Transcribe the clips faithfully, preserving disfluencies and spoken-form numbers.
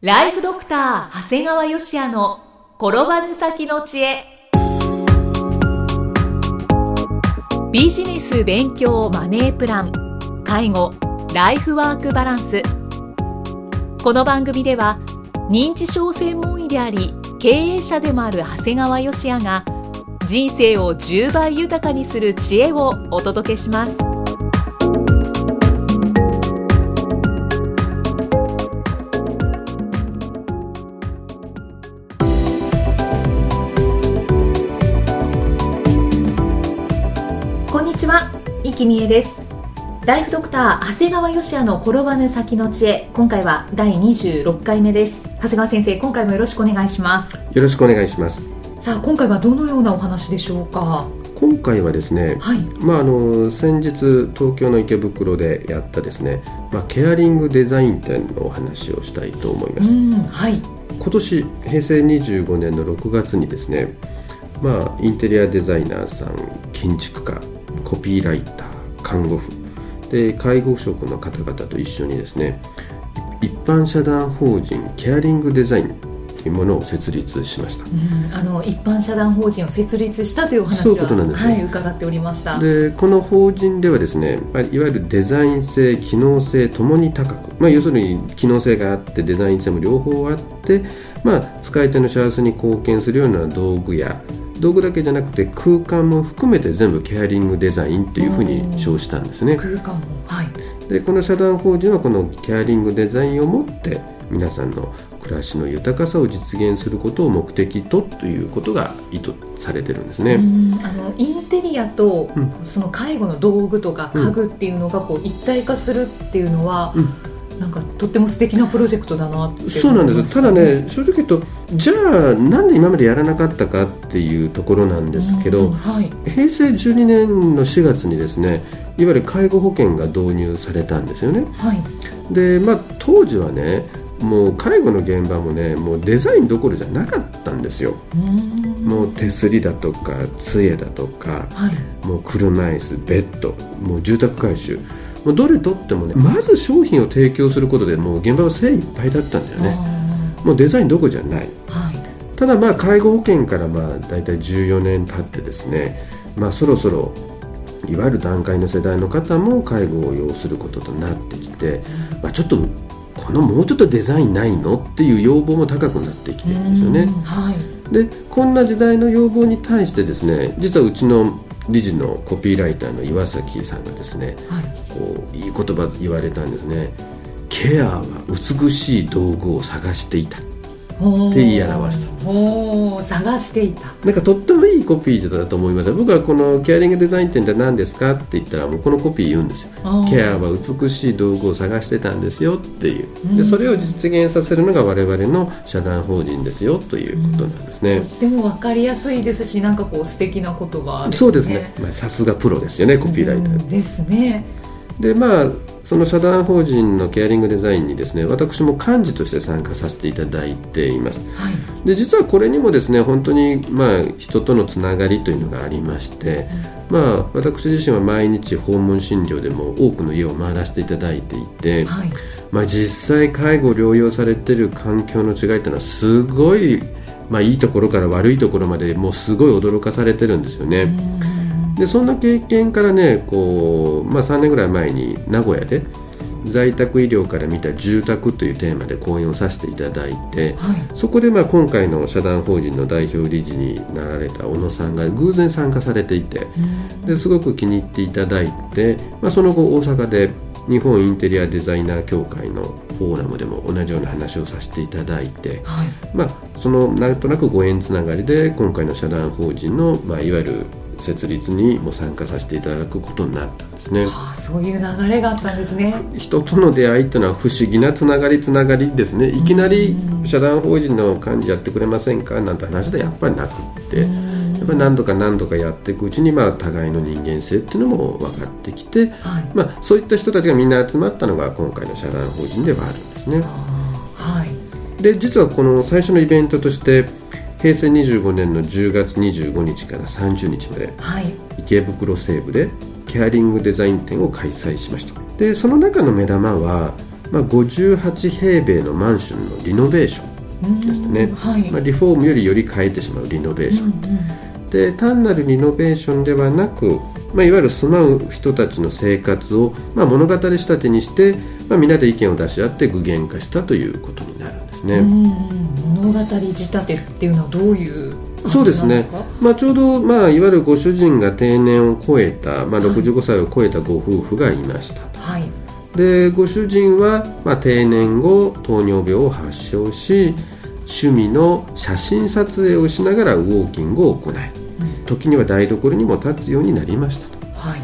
ライフドクター長谷川芳也の転ばぬ先の知恵。ビジネス勉強マネープラン、介護、ライフワークバランス。この番組では認知症専門医であり経営者でもある長谷川芳也が人生をじゅうばい豊かにする知恵をお届けします。こんにちは、生きみえです。ライフドクター長谷川芳也の転ばぬ先の知恵、今回はだいにじゅうろっかいめです。長谷川先生、今回もよろしくお願いします。 よろしくお願いします。 さあ、今回はどのようなお話でしょうか。 今回はですね、 はい、 まあ、あの先日東京の池袋でやったですね、まあ、ケアリングデザイン展のお話をしたいと思います。 うん、はい、今年へいせいにじゅうごねんのろくがつにですね、まあ、インテリアデザイナーさん、建築家、コピーライター、看護婦で介護職の方々と一緒にですね、一般社団法人ケアリングデザインというものを設立しました。 うん、あの一般社団法人を設立したというお話は、 そういうことなんですね。 はい、伺っておりました。 でこの法人ではですね、いわゆるデザイン性、機能性ともに高く、まあ、要するに機能性があってデザイン性も両方あって、まあ、使い手の幸せに貢献するような道具や道具だけじゃなくて空間も含めて全部ケアリングデザインというふうに称したんですね。 空間も、はい、 でこの社団法人はこのケアリングデザインをもって皆さんの暮らしの豊かさを実現することを目的とということが意図されてるんですね。 うん、あのインテリアと、 うん、 その介護の道具とか家具っていうのがこう一体化するっていうのは、うん、なんかとっても素敵なプロジェクトだなって思いますね。 そうなんです。ただね、正直言うとじゃあなんで今までやらなかったかっていうところなんですけど、 うん、はい、 へいせいじゅうにねんのしがつにですね、いわゆる介護保険が導入されたんですよね。 はい、 で、まあ、当時はね、もう介護の現場もね、もうデザインどころじゃなかったんですよ。 うん、 もう手すりだとか杖だとか、はい、もう車椅子、ベッド、もう住宅改修、もうどれとってもね、まず商品を提供することでもう現場は精いっぱいだったんだよね。もうデザインどころじゃない、はい、ただまあ介護保険からまあだいたいじゅうよねん経ってですね、まあ、そろそろいわゆる団塊の世代の方も介護を要することとなってきて、まあ、ちょっとこのもうちょっとデザインないのっていう要望も高くなってきてるんですよね。 はい、 でこんな時代の要望に対してですね、実はうちの理事のコピーライターの岩崎さんがですね、はい、こういい言葉言われたんですね。ケアは美しい道具を探していたって言い表した。 おー、探していた。 なんかとってもいいコピーだと思います。僕はこのケアリングデザイン展って何ですかって言ったら、もうこのコピー言うんですよ。ケアは美しい道具を探してたんですよっていう。でそれを実現させるのが我々の社団法人ですよということなんですね。 とっても分かりやすいですし、なんかこう素敵な言葉ですね。 そうですね。まあ、さすがプロですよね、コピーライターですね。 でまあ、その社団法人のケアリングデザインにですね、私も幹事として参加させていただいています。はい、で実はこれにもですね、本当にまあ人とのつながりというのがありまして、うん、まあ、私自身は毎日訪問診療でも多くの家を回らせていただいていて、はい、まあ、実際介護療養されている環境の違いというのはすごい、まあ、いいところから悪いところまでもうすごい驚かされてるんですよね。うん、でそんな経験からね、こう、まあ、さんねんぐらい前に名古屋で在宅医療から見た住宅というテーマで講演をさせていただいて、はい、そこでまあ今回の社団法人の代表理事になられた小野さんが偶然参加されていて、ですごく気に入っていただいて、まあ、その後大阪で日本インテリアデザイナー協会のフォーラムでも同じような話をさせていただいて、はい、まあ、そのなんとなくご縁つながりで今回の社団法人の、まあ、いわゆる設立にも参加させていただくことになったんですね。 はあ、そういう流れがあったんですね。 人との出会いというのは不思議なつながりつながりですね。いきなり社団法人の幹事やってくれませんかなんて話でやっぱりなくって、やっぱり何度か何度かやっていくうちに、まあ、互いの人間性っていうのも分かってきて、はい、まあ、そういった人たちがみんな集まったのが今回の社団法人ではあるんですね。 はい、 で実はこの最初のイベントとしてへいせいにじゅうごねんのじゅうがつにじゅうごにちからさんじゅうにちまで、はい、池袋西部でケアリングデザイン展を開催しました。でその中の目玉はまあ、ごじゅうはちへいべいのマンションのリノベーションですね、はいまあ、リフォームよりより変えてしまうリノベーション、うんうん、で単なるリノベーションではなく、まあ、いわゆる住まう人たちの生活を、まあ、物語仕立てにして、まあ、みんなで意見を出し合って具現化したということになるんですね。 うん物語仕立てっていうのはどういうそうですね、まあ、ちょうど、まあ、いわゆるご主人が定年を超えた、まあ、ろくじゅうごさいを超えたご夫婦がいましたと、はい、でご主人は、まあ、定年後糖尿病を発症し趣味の写真撮影をしながらウォーキングを行い、うん、時には台所にも立つようになりましたと、はい、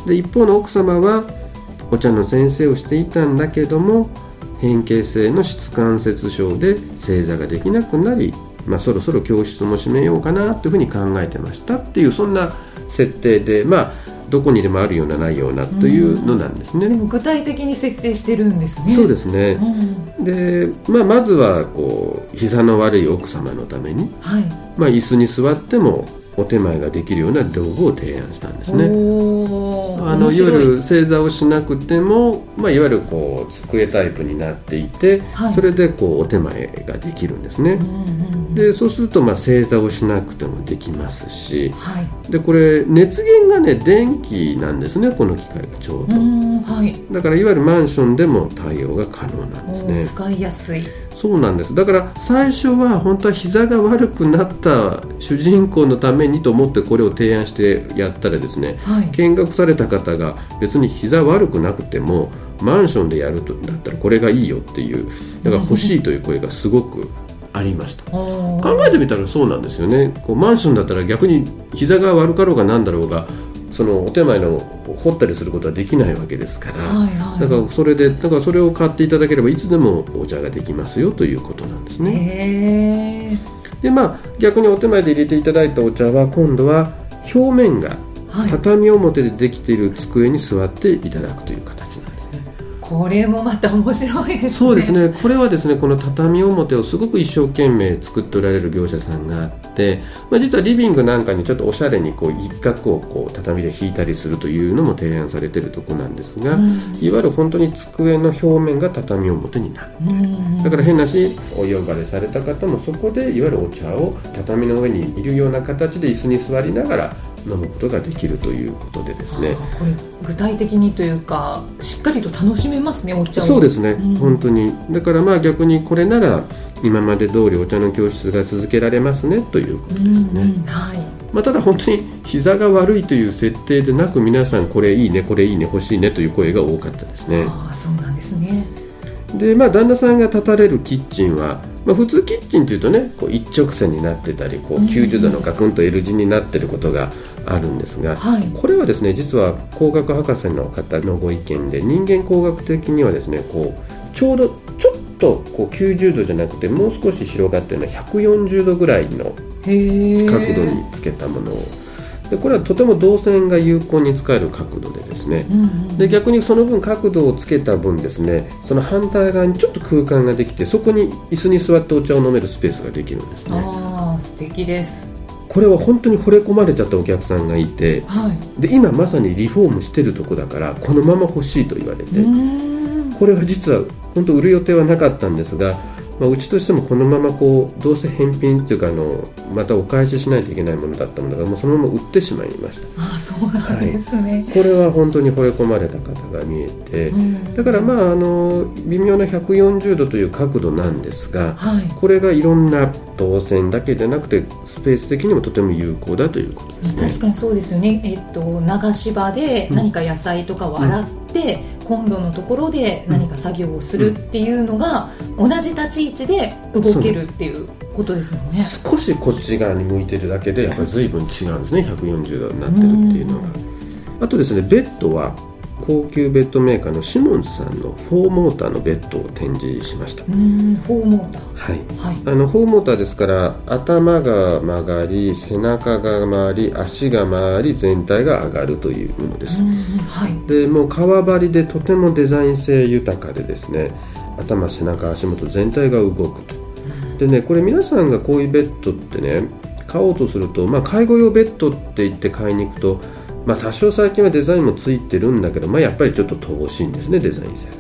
で一方の奥様はお茶の先生をしていたんだけども変形性の質関節症で正座ができなくなり、まあ、そろそろ教室も閉めようかなというふうに考えてましたっていうそんな設定で、まあ、どこにでもあるようなないようなというのなんですね。 でも具体的に設定してるんですね。 そうですね、うんでまあ、まずはこう膝の悪い奥様のために、はいまあ、椅子に座ってもお手前ができるような道具を提案したんですね。あのいわゆる正座をしなくても、まあ、いわゆるこう机タイプになっていて、はい、それでこうお手前ができるんですね、うんうんうん、でそうするとまあ正座をしなくてもできますし、はい、でこれ熱源がね電気なんですねこの機械がちょうど、うんはい、だからいわゆるマンションでも対応が可能なんですね。 使いやすい。 そうなんです。だから最初は本当は膝が悪くなった主人公のためにと思ってこれを提案してやったらですね、はい、見学された方が別に膝悪くなくてもマンションでやるとだったらこれがいいよっていうだから欲しいという声がすごくありました。考えてみたらそうなんですよね。こうマンションだったら逆に膝が悪かろうがなんだろうがそのお手前の掘ったりすることはできないわけですから、はいはい、だからそれでだからそれを買っていただければいつでもお茶ができますよということなんですね。へで、まあ、逆にお手前で入れていただいたお茶は今度は表面が畳表でできている机に座っていただくという形なんですね。 これもまた面白いですね。 そうですね。これはですねこの畳表をすごく一生懸命作っておられる業者さんがあって、まあ、実はリビングなんかにちょっとおしゃれにこう一角をこう畳で引いたりするというのも提案されているところなんですが、うん、いわゆる本当に机の表面が畳表になる、うん、だから変なしお呼ばれされた方もそこでいわゆるお茶を畳の上にいるような形で椅子に座りながら飲むことができるということでですね。 これ具体的にというかしっかりと楽しめますねお茶を。 そうですね、うん、本当にだからまあ逆にこれなら今まで通りお茶の教室が続けられますねということですね、うんうんはいまあ、ただ本当に膝が悪いという設定でなく皆さんこれいいねこれいいね欲しいねという声が多かったですね。 あそうなんですね。 で、まあ、旦那さんが立たれるキッチンはまあ、普通キッチンというとねこう一直線になってたりこうきゅうじゅうどのガクンと L 字になっていることがあるんですが、はい、これはですね実は工学博士の方のご意見で人間工学的にはですねこうちょうどちょっとこうきゅうじゅうどじゃなくてもう少し広がっているのはひゃくよんじゅうどぐらいの角度につけたものをでこれはとても導線が有効に使える角度でですね、うんうん、で逆にその分角度をつけた分ですねその反対側にちょっと空間ができてそこに椅子に座ってお茶を飲めるスペースができるんですね。 あー素敵です。 これは本当に惚れ込まれちゃったお客さんがいて、はい、で今まさにリフォームしてるとこだからこのまま欲しいと言われてこれは実は本当売る予定はなかったんですがまあ、うちとしてもこのままこうどうせ返品っていうかあのまたお返ししないといけないものだったものがもうそのまま売ってしまいました。 ああそうなんですね、はい、 これは本当に惚れ込まれた方が見えて、うん、だからまああの微妙なひゃくよんじゅうどという角度なんですが、はい、これがいろんな導線だけでなくてスペース的にもとても有効だということですね。 確かにそうですよね、えっと、流し場で何か野菜とかを洗って、うんコンロのところで何か作業をするっていうのが同じ立ち位置で動けるっていうことですもんね。 少しこっち側に向いてるだけでやっぱり随分違うんですねひゃくよんじゅうどになってるっていうのが。あとですねベッドは高級ベッドメーカーのシモンズさんのフォーモーターのベッドを展示しました。 うーんフォーモーター、 はいはい、あのフォーモーターですから頭が曲がり背中が回り足が回り全体が上がるというものです。はい、でもう革張りでとてもデザイン性豊かでですね頭背中足元全体が動くと。でねこれ皆さんがこういうベッドってね買おうとすると、まあ、介護用ベッドって言って買いに行くとまあ、多少最近はデザインもついてるんだけど、まあ、やっぱりちょっと乏しいんですねデザイン性が。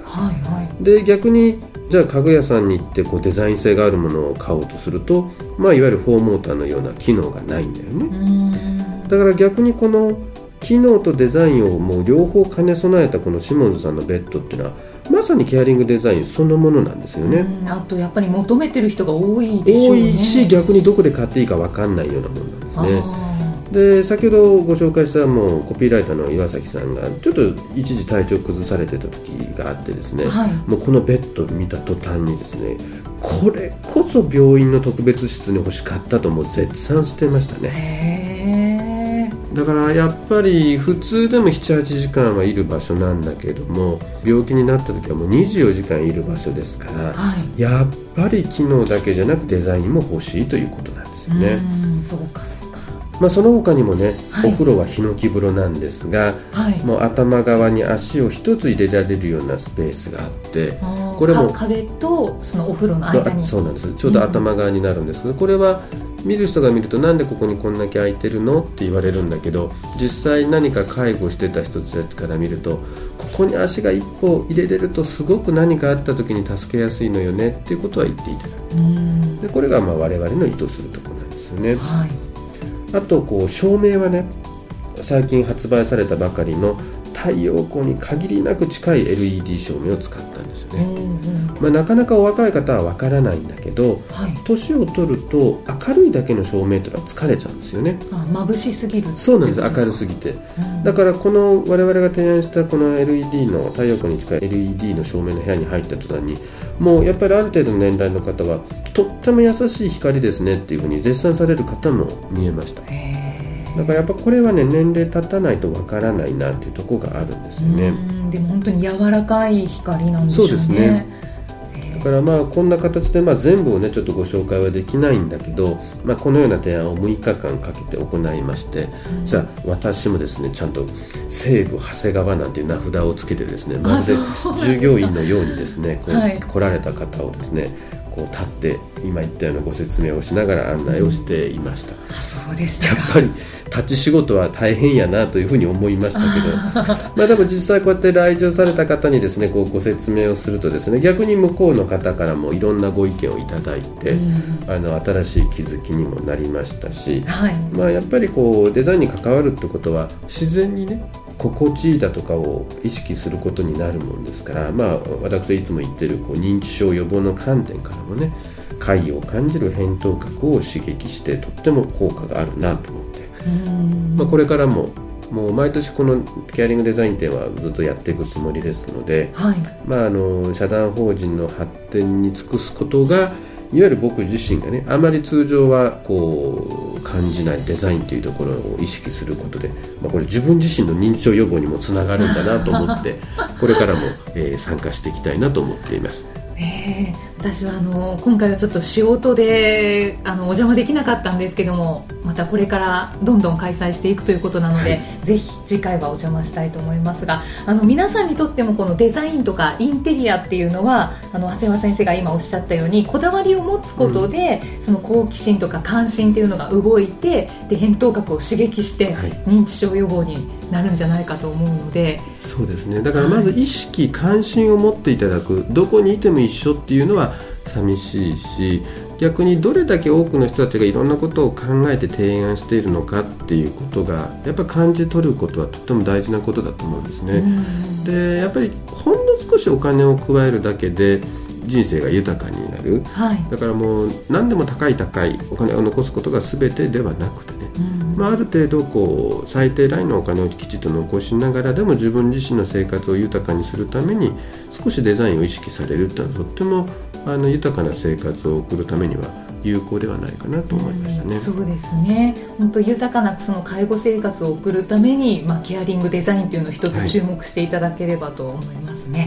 はいはい、 で逆にじゃあ家具屋さんに行ってこうデザイン性があるものを買おうとすると、まあ、いわゆるフォーモーターのような機能がないんだよね。 うんだから逆にこの機能とデザインをもう両方兼ね備えたこのシモンズさんのベッドっていうのはまさにケアリングデザインそのものなんですよね。 うんあとやっぱり求めてる人が多いでしょうね。 多いし逆にどこで買っていいか分かんないようなものなんですね。で先ほどご紹介したもうコピーライターの岩崎さんがちょっと一時体調崩されてた時があってですね、はい、もうこのベッドを見た途端にですねこれこそ病院の特別室に欲しかったともう絶賛してましたね。 へーだからやっぱり普通でも ななはちじかんはいる場所なんだけども病気になった時はもうにじゅうよじかんいる場所ですから、はい、やっぱり機能だけじゃなくデザインも欲しいということなんですよね。 うんそうかそうまあ、その他にもね、 はい、 お風呂はヒノキ風呂なんですが、はい、もう頭側に足を一つ入れられるようなスペースがあってこれも壁とそのお風呂の間にそうなんですちょうど頭側になるんですけど、うん、これは見る人が見るとなんでここにこんだけ空いてるのって言われるんだけど実際何か介護してた人たちから見るとここに足が一歩入れれるとすごく何かあった時に助けやすいのよねっていうことは言っていただく、うん、でこれがまあ我々の意図するところなんですよね。はいあとこう照明はね最近発売されたばかりの太陽光に限りなく近い エルイーディー 照明を使ったんですよね、うんうんまあ、なかなかお若い方はわからないんだけど、はい、年を取ると明るいだけの照明というのは疲れちゃうんですよね。 あ眩しすぎるそうなんです明るすぎて、うん、だからこの我々が提案したこの エルイーディー の太陽光に近い エルイーディー の照明の部屋に入った途端にもうやっぱりある程度の年代の方はとっても優しい光ですねっていうふうに絶賛される方も見えました。だからやっぱこれはね年齢経たないとわからないなっていうところがあるんですよね。 うんでも本当に柔らかい光なんでしょうね。 そうですねだからまあこんな形でまあ全部をねちょっとご紹介はできないんだけど、まあ、このような提案をむいかかんかけて行いまして、うん、さあ私もですねちゃんと西武長谷川なんていう名札をつけてですねまるで従業員のようにですねこう、はい、来られた方をですねこう立って今言ったようなご説明をしながら案内をしていました、うん、 あそうですか。 やっぱり立ち仕事は大変やなというふうに思いましたけどまあでも実際こうやって来場された方にですねこうご説明をするとですね逆に向こうの方からもいろんなご意見をいただいて、うん、あの新しい気づきにもなりましたし、はいまあ、やっぱりこうデザインに関わるってことは自然にね心地いいだとかを意識することになるもんですから、まあ、私はいつも言ってるこう認知症予防の観点からもね快を感じる扁桃核を刺激してとっても効果があるなと思って、うんまあ、これからももう毎年このケアリングデザイン展はずっとやっていくつもりですので、はいまあ、あの社団法人の発展に尽くすことがいわゆる僕自身がねあまり通常はこう感じないデザインというところを意識することで、まあ、これ自分自身の認知症予防にもつながるんだなと思ってこれからも、えー、参加していきたいなと思っています。 えー、私はあの今回はちょっと仕事であのお邪魔できなかったんですけどもまたこれからどんどん開催していくということなので、はい、ぜひ次回はお邪魔したいと思いますがあの皆さんにとってもこのデザインとかインテリアっていうのはあの長谷川先生が今おっしゃったようにこだわりを持つことで、うん、その好奇心とか関心っていうのが動いてで扁桃核を刺激して認知症予防になるんじゃないかと思うので、はい、 そうですねだからまず意識、はい、関心を持っていただくどこにいても一緒っていうのは寂しいし逆にどれだけ多くの人たちがいろんなことを考えて提案しているのかっていうことがやっぱり感じ取ることはとっても大事なことだと思うんですね。でやっぱりほんの少しお金を加えるだけで人生が豊かになる、はい、だからもう何でも高い高いお金を残すことが全てではなくてね、まあ、ある程度こう最低ラインのお金をきちっと残しながらでも自分自身の生活を豊かにするために少しデザインを意識されるっていうのはとってもあの豊かな生活を送るためには有効ではないかなと思いましたね。 うん、そうですね本当豊かなその介護生活を送るために、まあ、ケアリングデザインというのを一つ注目していただければと思いますね、はい、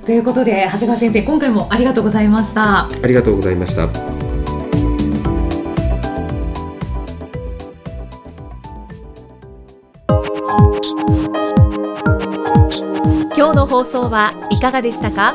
ということで長谷川先生今回もありがとうございました。 ありがとうございました。 今日の放送はいかがでしたか？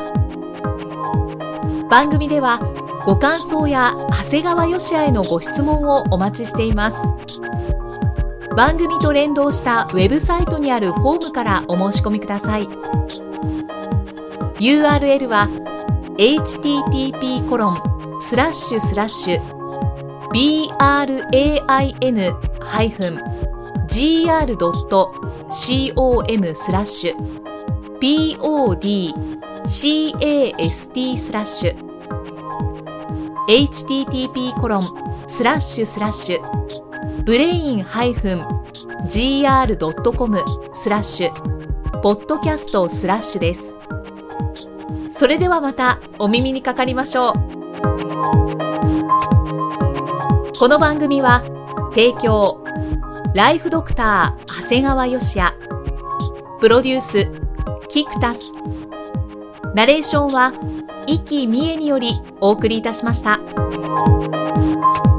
番組ではご感想や長谷川芳也へのご質問をお待ちしています。番組と連動したウェブサイトにあるフォームからお申し込みください。 ユーアールエル は エイチティーティーピーコロンスラッシュスラッシュビーアールエーアイエヌハイフンジーアールドットコムスラッシュ ピーオーディーシーエーエスティー スラッシュ エイチティーティーピーコロンスラッシュスラッシュブレインハイフンジーアールドットコムスラッシュポッドキャストスラッシュです。それではまたお耳にかかりましょう。この番組は提供ライフドクター長谷川芳也、プロデュースキクタス、ナレーションは生きみえによりお送りいたしました。